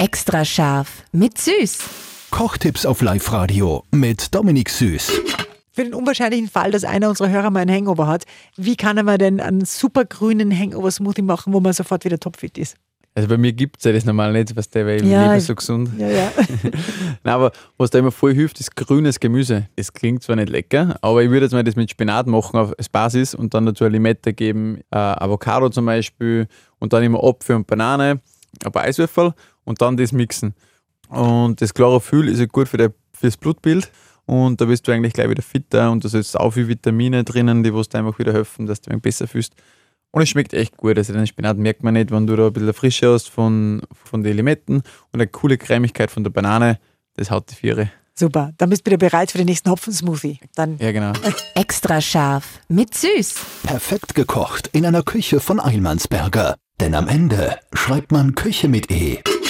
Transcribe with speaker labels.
Speaker 1: Extra scharf mit Süß.
Speaker 2: Kochtipps auf Live-Radio mit Dominik Süß.
Speaker 3: Für den unwahrscheinlichen Fall, dass einer unserer Hörer mal einen Hangover hat, wie kann er mal denn einen super grünen Hangover-Smoothie machen, wo man sofort wieder topfit ist?
Speaker 4: Also bei mir gibt es ja das normal nicht, weil ich lebe so gesund.
Speaker 3: Ja.
Speaker 4: Nein, aber was da immer voll hilft, ist grünes Gemüse. Das klingt zwar nicht lecker, aber ich würde jetzt mal das mit Spinat machen als Basis und dann dazu eine Limette geben, Avocado zum Beispiel und dann immer Apfel und Banane, ein paar Eiswürfel und dann das mixen. Und das Chlorophyll ist ja gut fürs Blutbild und da bist du eigentlich gleich wieder fitter und da sind auch viele Vitamine drinnen, die dir einfach wieder helfen, dass du dich besser fühlst. Und es schmeckt echt gut. Also den Spinat merkt man nicht, wenn du da ein bisschen Frische hast von den Limetten und eine coole Cremigkeit von der Banane. Das haut die Viere.
Speaker 3: Super, dann bist du wieder bereit für den nächsten Hopfensmoothie. Dann
Speaker 4: ja, genau.
Speaker 1: Extra scharf mit Süß.
Speaker 2: Perfekt gekocht in einer Küche von Eilmannsberger. Denn am Ende schreibt man Küche mit E.